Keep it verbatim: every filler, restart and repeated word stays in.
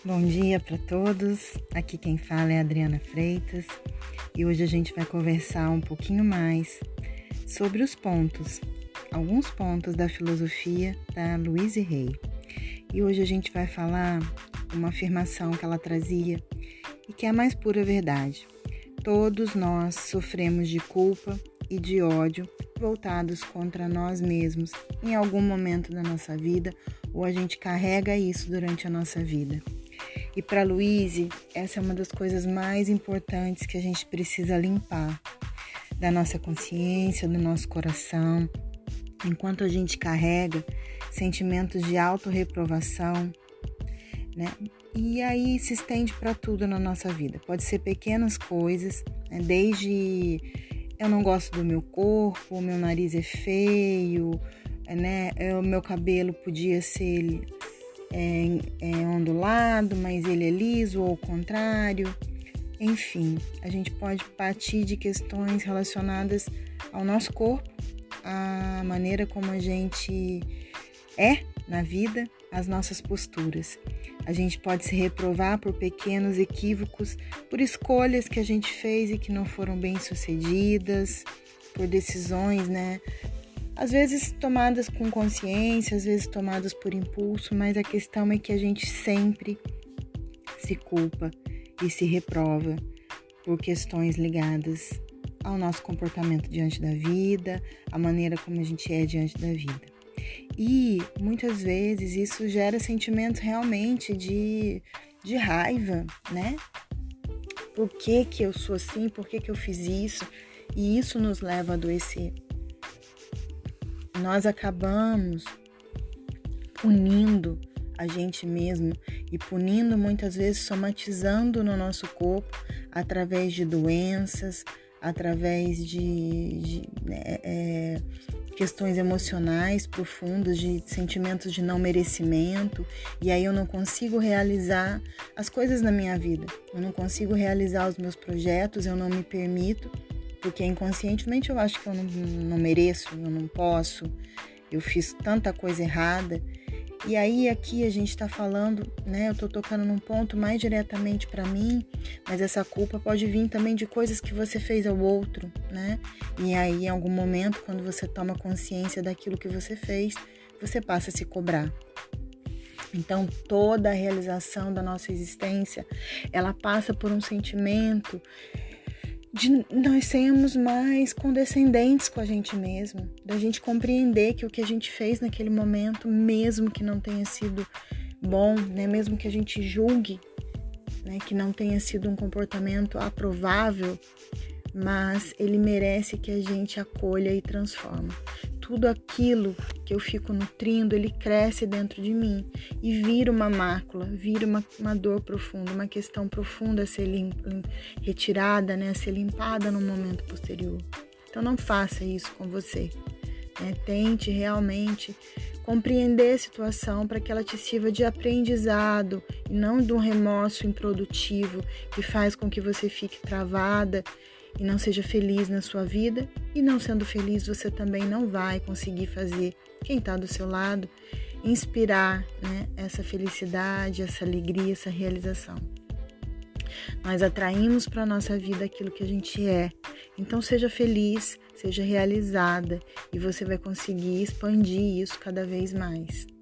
Bom dia para todos, aqui quem fala é a Adriana Freitas e hoje a gente vai conversar um pouquinho mais sobre os pontos, alguns pontos da filosofia da Louise Hay. E hoje a gente vai falar uma afirmação que ela trazia e que é a mais pura verdade. Todos nós sofremos de culpa e de ódio voltados contra nós mesmos em algum momento da nossa vida, ou a gente carrega isso durante a nossa vida. E para Louise, essa é uma das coisas mais importantes que a gente precisa limpar da nossa consciência, do nosso coração, enquanto a gente carrega sentimentos de autorreprovação, né? E aí se estende para tudo na nossa vida. Pode ser pequenas coisas, né? Desde eu não gosto do meu corpo, o meu nariz é feio, né? O meu cabelo podia ser é, é ondulado, mas ele é liso ou ao contrário. Enfim, a gente pode partir de questões relacionadas ao nosso corpo, a maneira como a gente é na vida, as nossas posturas. A gente pode se reprovar por pequenos equívocos, por escolhas que a gente fez e que não foram bem sucedidas, por decisões, né? Às vezes tomadas com consciência, às vezes tomadas por impulso, mas a questão é que a gente sempre se culpa e se reprova por questões ligadas ao nosso comportamento diante da vida, a maneira como a gente é diante da vida. E muitas vezes isso gera sentimentos realmente de, de raiva, né? Por que que eu sou assim? Por que que eu fiz isso? E isso nos leva a adoecer. Nós acabamos punindo a gente mesmo e punindo muitas vezes, somatizando no nosso corpo através de doenças, através de, de é, é, questões emocionais profundas, de sentimentos de não merecimento, e aí eu não consigo realizar as coisas na minha vida, eu não consigo realizar os meus projetos, eu não me permito, porque inconscientemente eu acho que eu não, não mereço, eu não posso, eu fiz tanta coisa errada. E aí aqui a gente está falando, né, eu estou tocando num ponto mais diretamente para mim, mas essa culpa pode vir também de coisas que você fez ao outro, né? E aí em algum momento, quando você toma consciência daquilo que você fez, você passa a se cobrar. Então toda a realização da nossa existência, ela passa por um sentimento de nós sermos mais condescendentes com a gente mesmo, da gente compreender que o que a gente fez naquele momento, mesmo que não tenha sido bom, né, mesmo que a gente julgue, né, que não tenha sido um comportamento aprovável, mas ele merece que a gente acolha e transforme. Tudo aquilo que eu fico nutrindo, ele cresce dentro de mim e vira uma mácula, vira uma, uma dor profunda, uma questão profunda a ser lim, retirada, né, a ser limpada no momento posterior. Então não faça isso com você, né? Tente realmente compreender a situação para que ela te sirva de aprendizado e não de um remorso improdutivo que faz com que você fique travada e não seja feliz na sua vida, e não sendo feliz você também não vai conseguir fazer quem está do seu lado inspirar, né, essa felicidade, essa alegria, essa realização. Nós atraímos para a nossa vida aquilo que a gente é, então seja feliz, seja realizada e você vai conseguir expandir isso cada vez mais.